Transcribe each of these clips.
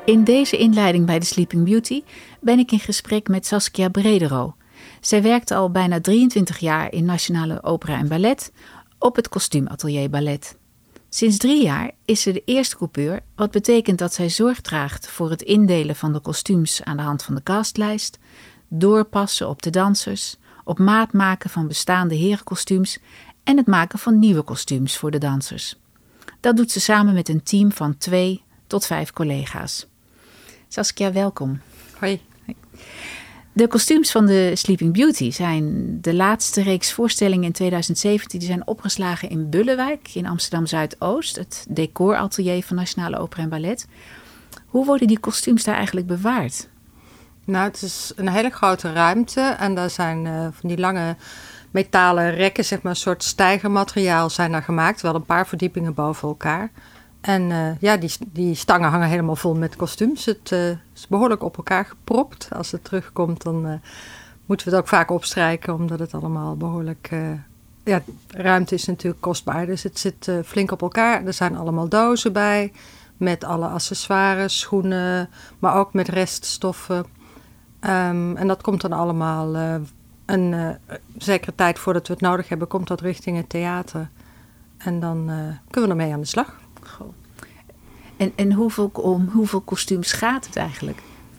In deze inleiding bij de Sleeping Beauty ben ik in gesprek met Saskia Bredero. Zij werkt al bijna 23 jaar in Nationale Opera en Ballet op het kostuumatelier Ballet. Sinds 3 jaar is ze de eerste coupeur, wat betekent dat zij zorg draagt voor het indelen van de kostuums aan de hand van de castlijst, doorpassen op de dansers, op maat maken van bestaande herenkostuums en het maken van nieuwe kostuums voor de dansers. Dat doet ze samen met een team van 2 tot 5 collega's. Saskia, welkom. Hoi. De kostuums van de Sleeping Beauty zijn de laatste reeks voorstellingen in 2017. Die zijn opgeslagen in Bullewijk in Amsterdam-Zuidoost, het decoratelier van Nationale Opera en Ballet. Hoe worden die kostuums daar eigenlijk bewaard? Nou, het is een hele grote ruimte en daar zijn van die lange metalen rekken, zeg maar een soort stijgermateriaal zijn daar gemaakt. Wel een paar verdiepingen boven elkaar. En die stangen hangen helemaal vol met kostuums. Het is behoorlijk op elkaar gepropt. Als het terugkomt, dan moeten we het ook vaak opstrijken, omdat het allemaal behoorlijk... ruimte is natuurlijk kostbaar, dus het zit flink op elkaar. Er zijn allemaal dozen bij, met alle accessoires, schoenen, maar ook met reststoffen. En dat komt dan allemaal een zekere tijd voordat we het nodig hebben, komt dat richting het theater. En dan kunnen we ermee aan de slag. Goh. En om hoeveel kostuums gaat het eigenlijk?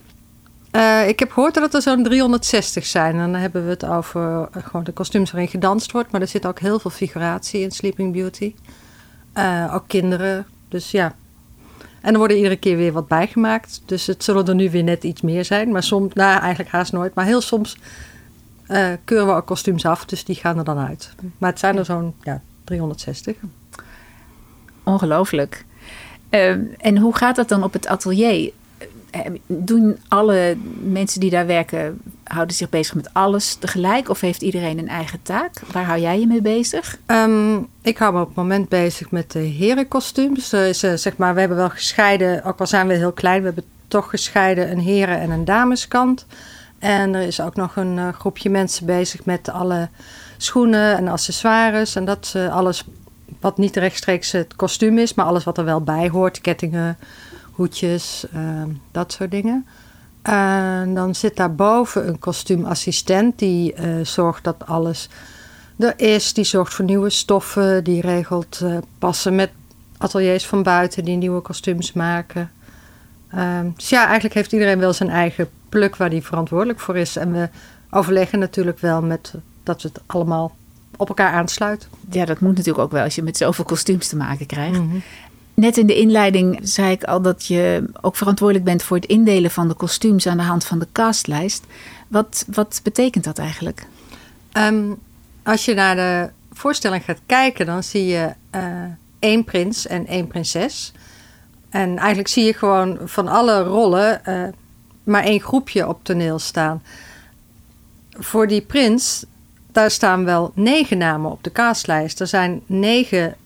Ik heb gehoord dat het er zo'n 360 zijn. En dan hebben we het over gewoon de kostuums waarin gedanst wordt. Maar er zit ook heel veel figuratie in Sleeping Beauty. Ook kinderen. Dus ja. En er worden iedere keer weer wat bijgemaakt. Dus het zullen er nu weer net iets meer zijn. Maar soms, eigenlijk haast nooit. Maar heel soms keuren we ook kostuums af. Dus die gaan er dan uit. Maar het zijn er zo'n 360. Ongelooflijk. En hoe gaat dat dan op het atelier? Doen alle mensen die daar werken, houden zich bezig met alles tegelijk? Of heeft iedereen een eigen taak? Waar hou jij je mee bezig? Ik hou me op het moment bezig met de herenkostuums. We hebben wel gescheiden, ook al zijn we heel klein, we hebben toch gescheiden een heren- en een dameskant. En er is ook nog een groepje mensen bezig met alle schoenen en accessoires. En dat alles wat niet rechtstreeks het kostuum is, maar alles wat er wel bij hoort. Kettingen, hoedjes, dat soort dingen. En dan zit daarboven een kostuumassistent die zorgt dat alles er is. Die zorgt voor nieuwe stoffen, die regelt passen met ateliers van buiten die nieuwe kostuums maken. Dus ja, eigenlijk heeft iedereen wel zijn eigen pluk waar die verantwoordelijk voor is. En we overleggen natuurlijk wel met dat we het allemaal op elkaar aansluit. Ja, dat moet natuurlijk ook wel als je met zoveel kostuums te maken krijgt. Mm-hmm. Net in de inleiding zei ik al dat je ook verantwoordelijk bent voor het indelen van de kostuums aan de hand van de castlijst. Wat betekent dat eigenlijk? Als je naar de voorstelling gaat kijken, dan zie je 1 prins en 1 prinses. En eigenlijk zie je gewoon van alle rollen maar 1 groepje op toneel staan. Voor die prins, daar staan wel 9 namen op de castlijst. Er zijn 9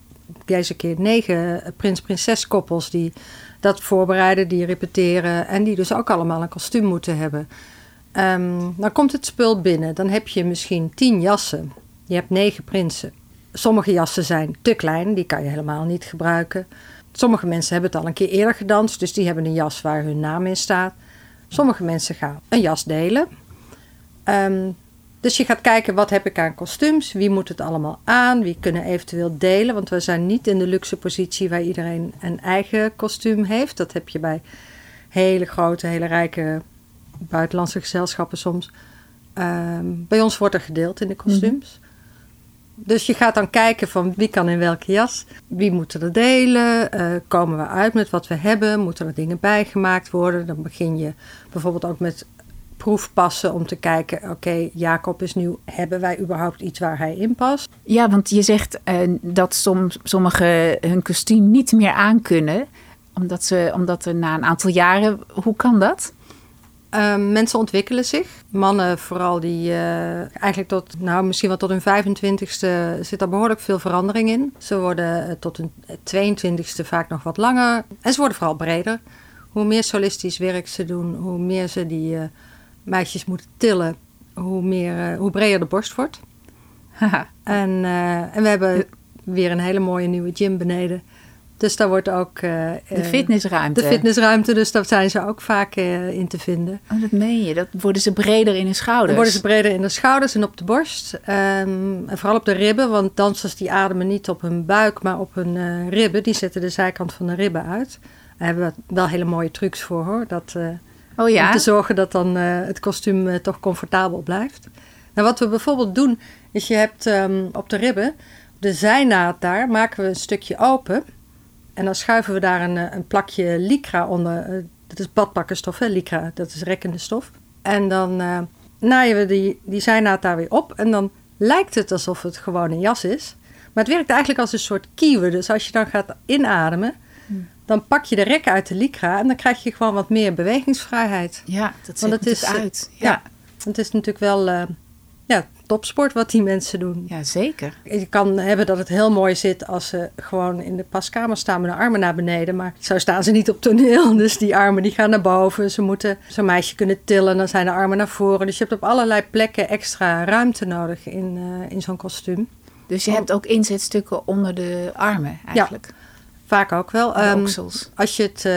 prins-prinses koppels die dat voorbereiden, die repeteren en die dus ook allemaal een kostuum moeten hebben. Dan komt het spul binnen. Dan heb je misschien 10 jassen. Je hebt 9 prinsen. Sommige jassen zijn te klein, die kan je helemaal niet gebruiken. Sommige mensen hebben het al een keer eerder gedanst, dus die hebben een jas waar hun naam in staat. Sommige mensen gaan een jas delen. Dus je gaat kijken, wat heb ik aan kostuums? Wie moet het allemaal aan? Wie kunnen eventueel delen? Want we zijn niet in de luxe positie waar iedereen een eigen kostuum heeft. Dat heb je bij hele grote, hele rijke buitenlandse gezelschappen soms. Bij ons wordt er gedeeld in de kostuums. Mm-hmm. Dus je gaat dan kijken van wie kan in welke jas. Wie moet er delen? Komen we uit met wat we hebben? Moeten er dingen bijgemaakt worden? Dan begin je bijvoorbeeld ook met proefpassen om te kijken, oké, Jacob is nieuw. Hebben wij überhaupt iets waar hij in past? Ja, want je zegt dat sommigen hun kostuum niet meer aankunnen. Omdat er na een aantal jaren... Hoe kan dat? Mensen ontwikkelen zich. Mannen vooral die eigenlijk misschien wel tot hun 25ste zit er behoorlijk veel verandering in. Ze worden tot hun 22ste vaak nog wat langer. En ze worden vooral breder. Hoe meer solistisch werk ze doen, hoe meer ze die meisjes moeten tillen, hoe breder de borst wordt. En we hebben weer een hele mooie nieuwe gym beneden. Dus daar wordt ook... de fitnessruimte. De fitnessruimte, dus daar zijn ze ook vaak in te vinden. Oh, dat meen je. Dat worden ze breder in hun schouders. Dan worden ze breder in de schouders en op de borst. En vooral op de ribben, want dansers die ademen niet op hun buik, maar op hun ribben. Die zetten de zijkant van de ribben uit. Daar hebben we wel hele mooie trucs voor, hoor. Om te zorgen dat dan het kostuum toch comfortabel blijft. Nou, wat we bijvoorbeeld doen, is je hebt op de ribben, de zijnaad daar, maken we een stukje open. En dan schuiven we daar een plakje lycra onder. Dat is badpakkenstof, hè, lycra. Dat is rekkende stof. En dan naaien we die zijnaad daar weer op. En dan lijkt het alsof het gewoon een jas is. Maar het werkt eigenlijk als een soort kieuwen. Dus als je dan gaat inademen, dan pak je de rek uit de lycra. En dan krijg je gewoon wat meer bewegingsvrijheid. Ja, dat zet het uit. Ja, het is natuurlijk wel topsport wat die mensen doen. Ja, zeker. Je kan hebben dat het heel mooi zit als ze gewoon in de paskamer staan met de armen naar beneden. Maar zo staan ze niet op toneel. Dus die armen die gaan naar boven. Ze moeten zo'n meisje kunnen tillen. Dan zijn de armen naar voren. Dus je hebt op allerlei plekken extra ruimte nodig in zo'n kostuum. Dus je hebt ook inzetstukken onder de armen eigenlijk? Ja, vaak ook wel. De oksels. Als je het...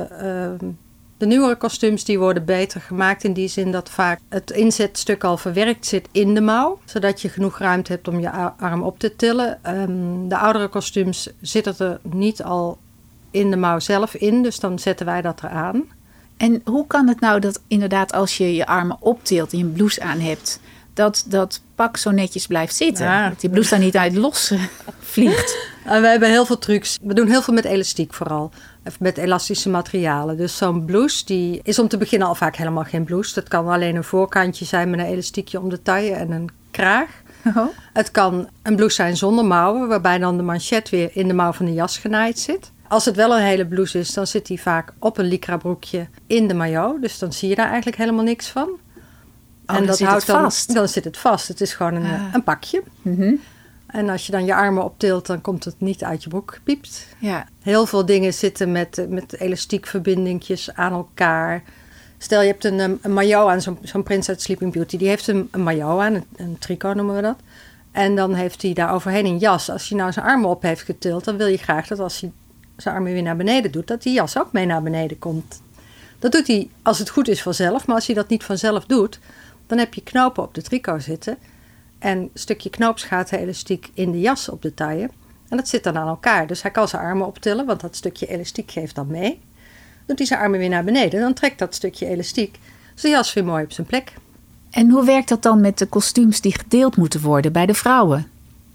De nieuwere kostuums die worden beter gemaakt in die zin dat vaak het inzetstuk al verwerkt zit in de mouw. Zodat je genoeg ruimte hebt om je arm op te tillen. De oudere kostuums zitten er niet al in de mouw zelf in. Dus dan zetten wij dat eraan. En hoe kan het nou dat inderdaad als je je armen optilt en je een blouse aan hebt, dat pak zo netjes blijft zitten? Ja. Dat die blouse dan niet uit los vliegt? En we hebben heel veel trucs. We doen heel veel met elastiek vooral. Met elastische materialen. Dus zo'n blouse die is om te beginnen al vaak helemaal geen blouse. Dat kan alleen een voorkantje zijn met een elastiekje om de taille en een kraag. Oh. Het kan een blouse zijn zonder mouwen, waarbij dan de manchet weer in de mouw van de jas genaaid zit. Als het wel een hele blouse is, dan zit die vaak op een lycra broekje in de maillot. Dus dan zie je daar eigenlijk helemaal niks van. Oh, en dat zit het vast. Dan zit het vast. Het is gewoon een pakje. Mm-hmm. En als je dan je armen optilt, dan komt het niet uit je broek gepiept. Ja. Heel veel dingen zitten met elastiekverbindingjes aan elkaar. Stel, je hebt een maillot aan, zo'n prins uit Sleeping Beauty. Die heeft een maillot aan, een tricot noemen we dat. En dan heeft hij daar overheen een jas. Als hij nou zijn armen op heeft getild, dan wil je graag dat als hij zijn armen weer naar beneden doet, dat die jas ook mee naar beneden komt. Dat doet hij, als het goed is, vanzelf. Maar als hij dat niet vanzelf doet, dan heb je knopen op de tricot zitten. En een stukje knoopsgaten-elastiek in de jas op de taille. En dat zit dan aan elkaar. Dus hij kan zijn armen optillen, want dat stukje elastiek geeft dan mee. Doet hij zijn armen weer naar beneden, dan trekt dat stukje elastiek zijn jas weer mooi op zijn plek. En hoe werkt dat dan met de kostuums die gedeeld moeten worden bij de vrouwen?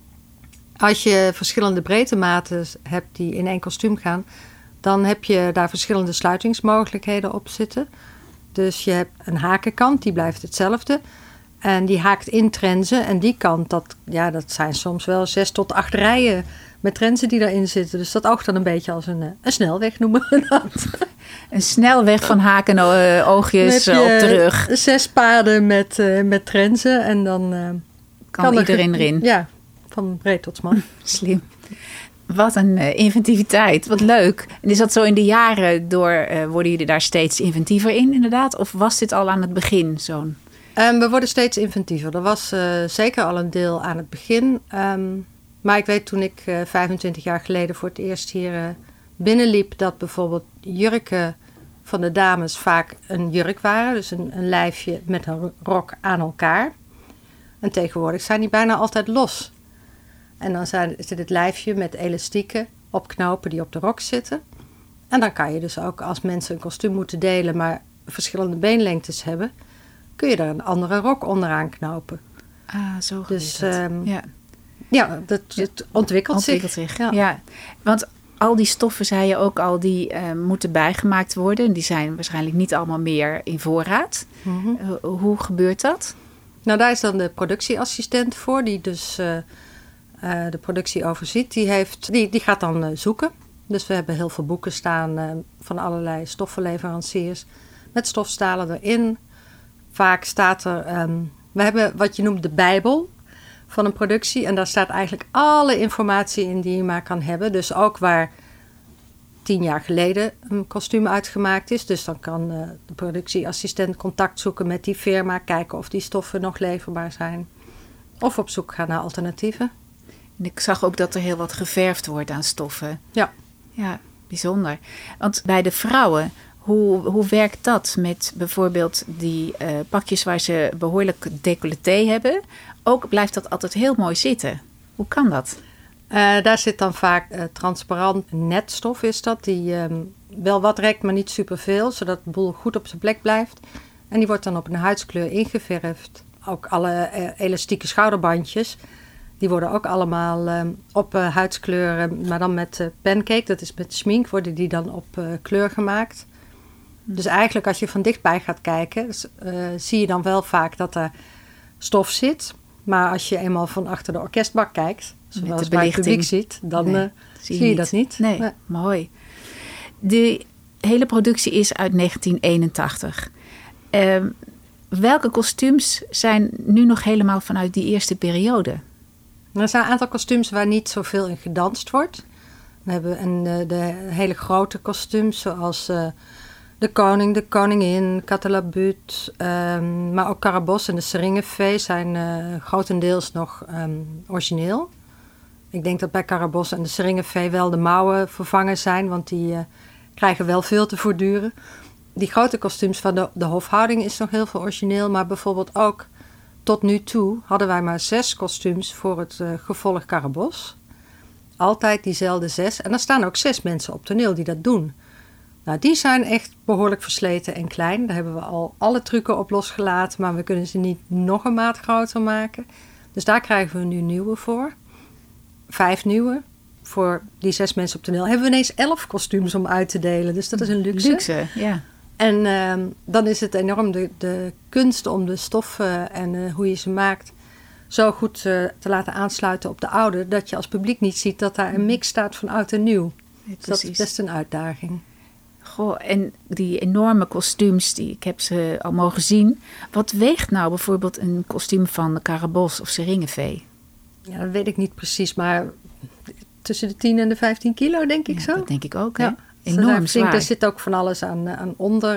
Als je verschillende breedtematen hebt die in één kostuum gaan, dan heb je daar verschillende sluitingsmogelijkheden op zitten. Dus je hebt een hakenkant, die blijft hetzelfde. En die haakt in trenzen. En die kant, dat zijn soms wel 6 tot 8 rijen met trenzen die daarin zitten. Dus dat oogt dan een beetje als een snelweg, noemen we dat. Een snelweg van haken en oogjes op de rug. 6 paden met trenzen. En dan kan iedereen erin. Ja, van breed tot smal. Slim. Wat een inventiviteit. Wat leuk. En is dat zo in de jaren door, worden jullie daar steeds inventiever in inderdaad? Of was dit al aan het begin zo'n... We worden steeds inventiever. Er was zeker al een deel aan het begin. Maar ik weet toen ik 25 jaar geleden voor het eerst hier binnenliep, dat bijvoorbeeld jurken van de dames vaak een jurk waren. Dus een lijfje met een rok aan elkaar. En tegenwoordig zijn die bijna altijd los. En dan zit het lijfje met elastieken op knopen die op de rok zitten. En dan kan je dus ook als mensen een kostuum moeten delen, maar verschillende beenlengtes hebben, kun je daar een andere rok onderaan knopen. Ah, zo dus het ontwikkelt zich. Ja, want al die stoffen, zei je ook al, die moeten bijgemaakt worden. Die zijn waarschijnlijk niet allemaal meer in voorraad. Mm-hmm. Hoe gebeurt dat? Nou, daar is dan de productieassistent voor, die dus de productie overziet. Die gaat dan zoeken. Dus we hebben heel veel boeken staan van allerlei stoffenleveranciers met stofstalen erin. Vaak staat er, we hebben wat je noemt de Bijbel van een productie. En daar staat eigenlijk alle informatie in die je maar kan hebben. Dus ook waar 10 jaar geleden een kostuum uitgemaakt is. Dus dan kan de productieassistent contact zoeken met die firma. Kijken of die stoffen nog leverbaar zijn. Of op zoek gaan naar alternatieven. En ik zag ook dat er heel wat geverfd wordt aan stoffen. Ja. Ja, bijzonder. Want bij de vrouwen, hoe werkt dat met bijvoorbeeld die pakjes waar ze behoorlijk decolleté hebben? Ook blijft dat altijd heel mooi zitten. Hoe kan dat? Daar zit dan vaak transparant netstof is dat. Die wel wat rekt, maar niet superveel. Zodat de boel goed op zijn plek blijft. En die wordt dan op een huidskleur ingeverfd. Ook alle elastieke schouderbandjes. Die worden ook allemaal op huidskleur, maar dan met pancake. Dat is met schmink, worden die dan op kleur gemaakt. Dus eigenlijk als je van dichtbij gaat kijken, zie je dan wel vaak dat er stof zit. Maar als je eenmaal van achter de orkestbak kijkt, zoals bij het publiek ziet, dan zie je dat niet. Nee, mooi. De hele productie is uit 1981. Welke kostuums zijn nu nog helemaal vanuit die eerste periode? Er zijn een aantal kostuums waar niet zoveel in gedanst wordt. We hebben de hele grote kostuums zoals de koning, de koningin, Catalabut, maar ook Carabosse en de Seringenfee zijn grotendeels nog origineel. Ik denk dat bij Carabosse en de Seringenfee wel de mouwen vervangen zijn, want die krijgen wel veel te voortduren. Die grote kostuums van de hofhouding is nog heel veel origineel, maar bijvoorbeeld ook tot nu toe hadden wij maar 6 kostuums voor het gevolg Carabosse. Altijd diezelfde 6. En er staan ook 6 mensen op toneel die dat doen. Nou, die zijn echt behoorlijk versleten en klein. Daar hebben we al alle trucken op losgelaten, maar we kunnen ze niet nog een maat groter maken. Dus daar krijgen we nu nieuwe voor. 5 nieuwe. Voor die 6 mensen op toneel hebben we ineens 11 kostuums om uit te delen. Dus dat is een luxe. Luxe, ja. En dan is het enorm de kunst om de stoffen en hoe je ze maakt zo goed te laten aansluiten op de oude, dat je als publiek niet ziet dat daar een mix staat van oud en nieuw. Ja, dus dat is best een uitdaging. Goh, en die enorme kostuums, ik heb ze al mogen zien. Wat weegt nou bijvoorbeeld een kostuum van Carabosse of Seringenfee? Ja, dat weet ik niet precies, maar tussen de 10 en de 15 kilo, denk ik zo. Dat denk ik ook, hè? Ja. Enorm zwaar. Er zit ook van alles aan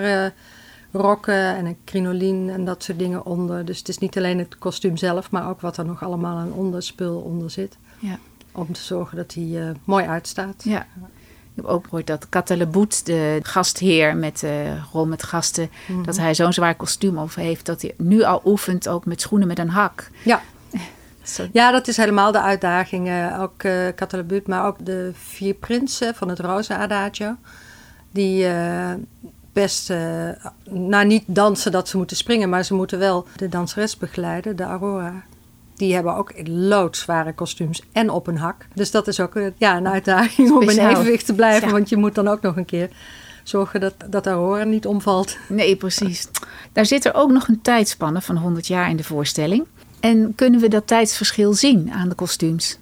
onderrokken en een crinolien en dat soort dingen onder. Dus het is niet alleen het kostuum zelf, maar ook wat er nog allemaal aan onderspul onder zit. Ja. Om te zorgen dat hij mooi uitstaat. Ja. Ik heb ook gehoord dat Catalabut, de gastheer met de rol met gasten, dat hij zo'n zwaar kostuum over heeft dat hij nu al oefent ook met schoenen met een hak. Ja. Ja, dat is helemaal de uitdaging. Ook Catalabut, maar ook de 4 prinsen van het Rosa Adagio. Die best, niet dansen dat ze moeten springen, maar ze moeten wel de danseres begeleiden, de Aurora. Die hebben ook loodzware kostuums en op een hak. Dus dat is ook een uitdaging om in evenwicht te blijven. Ja. Want je moet dan ook nog een keer zorgen dat Aurora niet omvalt. Nee, precies. Daar zit er ook nog een tijdspanne van 100 jaar in de voorstelling. En kunnen we dat tijdsverschil zien aan de kostuums?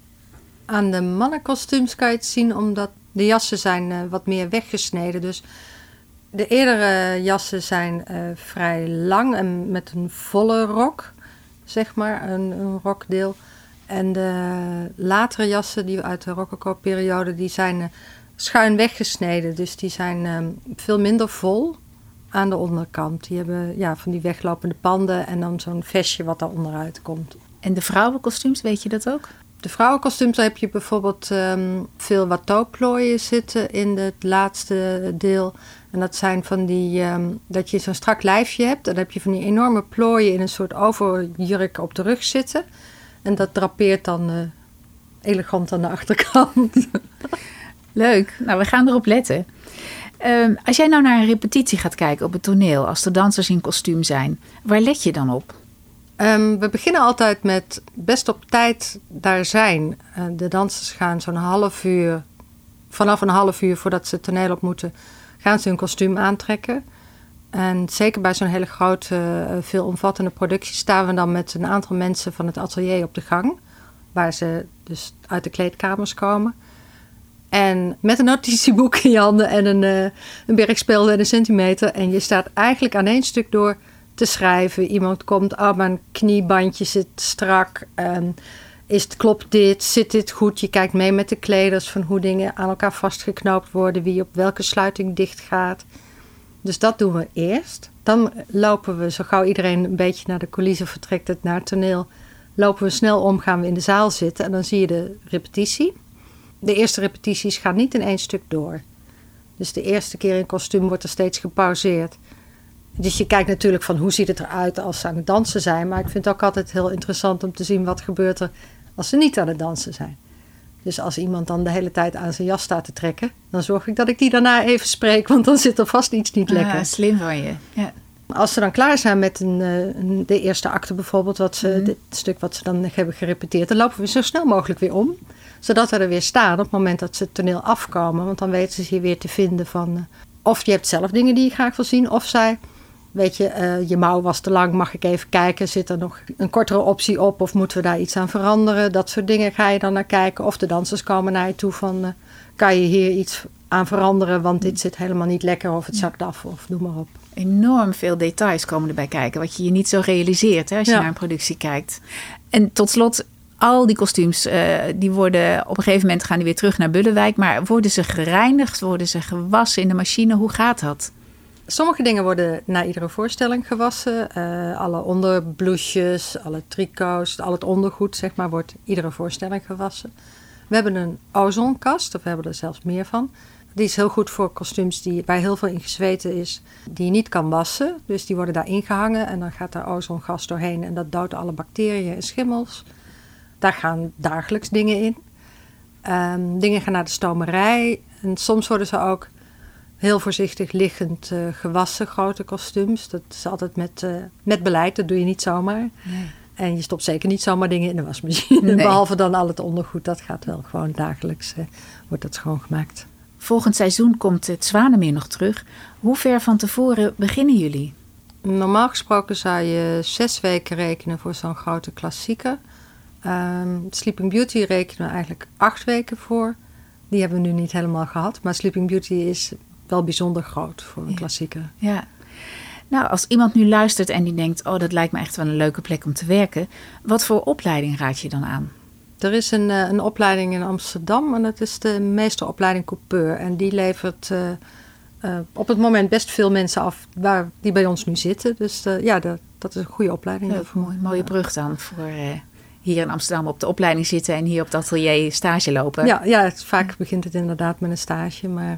Aan de mannenkostuums kan je het zien omdat de jassen zijn wat meer weggesneden. Dus de eerdere jassen zijn vrij lang en met een volle rok, zeg maar, een rokdeel. En de latere jassen die uit de rococo-periode, die zijn schuin weggesneden. Dus die zijn veel minder vol aan de onderkant. Die hebben van die weglopende panden en dan zo'n vestje wat daar onderuit komt. En de vrouwenkostuums, weet je dat ook? De vrouwenkostuums, daar heb je bijvoorbeeld veel watteauplooien zitten in het laatste deel. En dat zijn van die, dat je zo'n strak lijfje hebt. En dan heb je van die enorme plooien in een soort overjurk op de rug zitten. En dat drapeert dan elegant aan de achterkant. Leuk, nou we gaan erop letten. Als jij nou naar een repetitie gaat kijken op het toneel, als de dansers in kostuum zijn, waar let je dan op? We beginnen altijd met best op tijd daar zijn. De dansers gaan zo'n half uur, vanaf een half uur voordat ze het toneel op moeten, gaan ze hun kostuum aantrekken. En zeker bij zo'n hele grote, veelomvattende productie staan we dan met een aantal mensen van het atelier op de gang, waar ze dus uit de kleedkamers komen. En met een notitieboek in je handen en een bergspeld en een centimeter. En je staat eigenlijk aan één stuk door te schrijven. Iemand komt, mijn kniebandje zit strak. Klopt dit? Zit dit goed? Je kijkt mee met de kleders van hoe dingen aan elkaar vastgeknoopt worden. Wie op welke sluiting dicht gaat. Dus dat doen we eerst. Dan lopen we, zo gauw iedereen een beetje naar de coulissen vertrekt, naar het toneel. Lopen we snel om, gaan we in de zaal zitten en dan zie je de repetitie. de eerste repetities gaan niet in 1 stuk door. Dus de eerste keer in kostuum wordt er steeds gepauzeerd. Dus je kijkt natuurlijk van hoe ziet het eruit als ze aan het dansen zijn. Maar ik vind het ook altijd heel interessant om te zien wat gebeurt er als ze niet aan het dansen zijn. Dus als iemand dan de hele tijd aan zijn jas staat te trekken, dan zorg ik dat ik die daarna even spreek, want dan zit er vast iets niet lekker. Slim van je. Ja. Als ze dan klaar zijn met de eerste acte bijvoorbeeld, dit stuk wat ze dan hebben gerepeteerd, dan lopen we zo snel mogelijk weer om. Zodat we er weer staan op het moment dat ze het toneel afkomen. Want dan weten ze je weer te vinden van, of je hebt zelf dingen die je graag wil zien, of zij, weet je, je mouw was te lang, mag ik even kijken, zit er nog een kortere optie op of moeten we daar iets aan veranderen? Dat soort dingen ga je dan naar kijken. Of de dansers komen naar je toe van, kan je hier iets aan veranderen, want dit zit helemaal niet lekker of het zakt af of noem maar op. Enorm veel details komen erbij kijken, wat je niet zo realiseert als je naar een productie kijkt. En tot slot, al die kostuums, die worden op een gegeven moment gaan die weer terug naar Bullewijk, maar worden ze gereinigd, worden ze gewassen in de machine? Hoe gaat dat? Sommige dingen worden na iedere voorstelling gewassen. Alle onderbloesjes, alle tricots, al het ondergoed, zeg maar, wordt iedere voorstelling gewassen. We hebben een ozonkast, of we hebben er zelfs meer van. Die is heel goed voor kostuums waar heel veel in gezweten is, die je niet kan wassen. Dus die worden daar ingehangen en dan gaat daar ozongas doorheen en dat doodt alle bacteriën en schimmels. Daar gaan dagelijks dingen in. Dingen gaan naar de stomerij. En soms worden ze ook heel voorzichtig liggend gewassen, grote kostuums. Dat is altijd met beleid, dat doe je niet zomaar. Nee. En je stopt zeker niet zomaar dingen in de wasmachine. Nee. Behalve dan al het ondergoed, dat gaat wel gewoon dagelijks, wordt dat schoongemaakt. Volgend seizoen komt het Zwanenmeer nog terug. Hoe ver van tevoren beginnen jullie? Normaal gesproken zou je 6 weken rekenen voor zo'n grote klassieker. Sleeping Beauty rekenen we eigenlijk 8 weken voor. Die hebben we nu niet helemaal gehad. Maar Sleeping Beauty is wel bijzonder groot voor een klassieker. Ja. Nou, als iemand nu luistert en die denkt, dat lijkt me echt wel een leuke plek om te werken. Wat voor opleiding raad je dan aan? Er is een opleiding in Amsterdam en dat is de meesteropleiding Coupeur. En die levert op het moment best veel mensen af die bij ons nu zitten. Dus dat is een goede opleiding. Ja, mooie brug dan voor hier in Amsterdam op de opleiding zitten en hier op het atelier stage lopen. Ja, vaak begint het inderdaad met een stage. Maar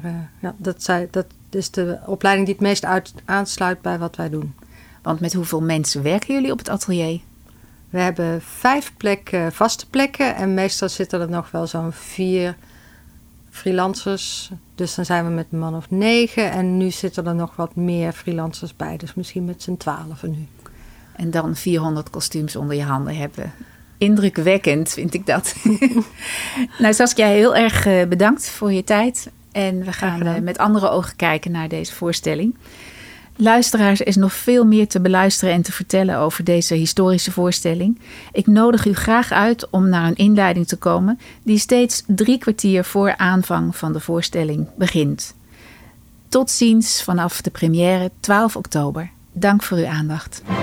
dat is de opleiding die het meest aansluit bij wat wij doen. Want met hoeveel mensen werken jullie op het atelier? We hebben 5 vaste plekken en meestal zitten er nog wel zo'n 4 freelancers. Dus dan zijn we met een man of 9 en nu zitten er nog wat meer freelancers bij. Dus misschien met z'n 12 nu. En dan 400 kostuums onder je handen hebben. Indrukwekkend vind ik dat. Nou Saskia, heel erg bedankt voor je tijd. En we gaan met andere ogen kijken naar deze voorstelling. Luisteraars, er is nog veel meer te beluisteren en te vertellen over deze historische voorstelling. Ik nodig u graag uit om naar een inleiding te komen die steeds 3 kwartier voor aanvang van de voorstelling begint. Tot ziens vanaf de première 12 oktober. Dank voor uw aandacht.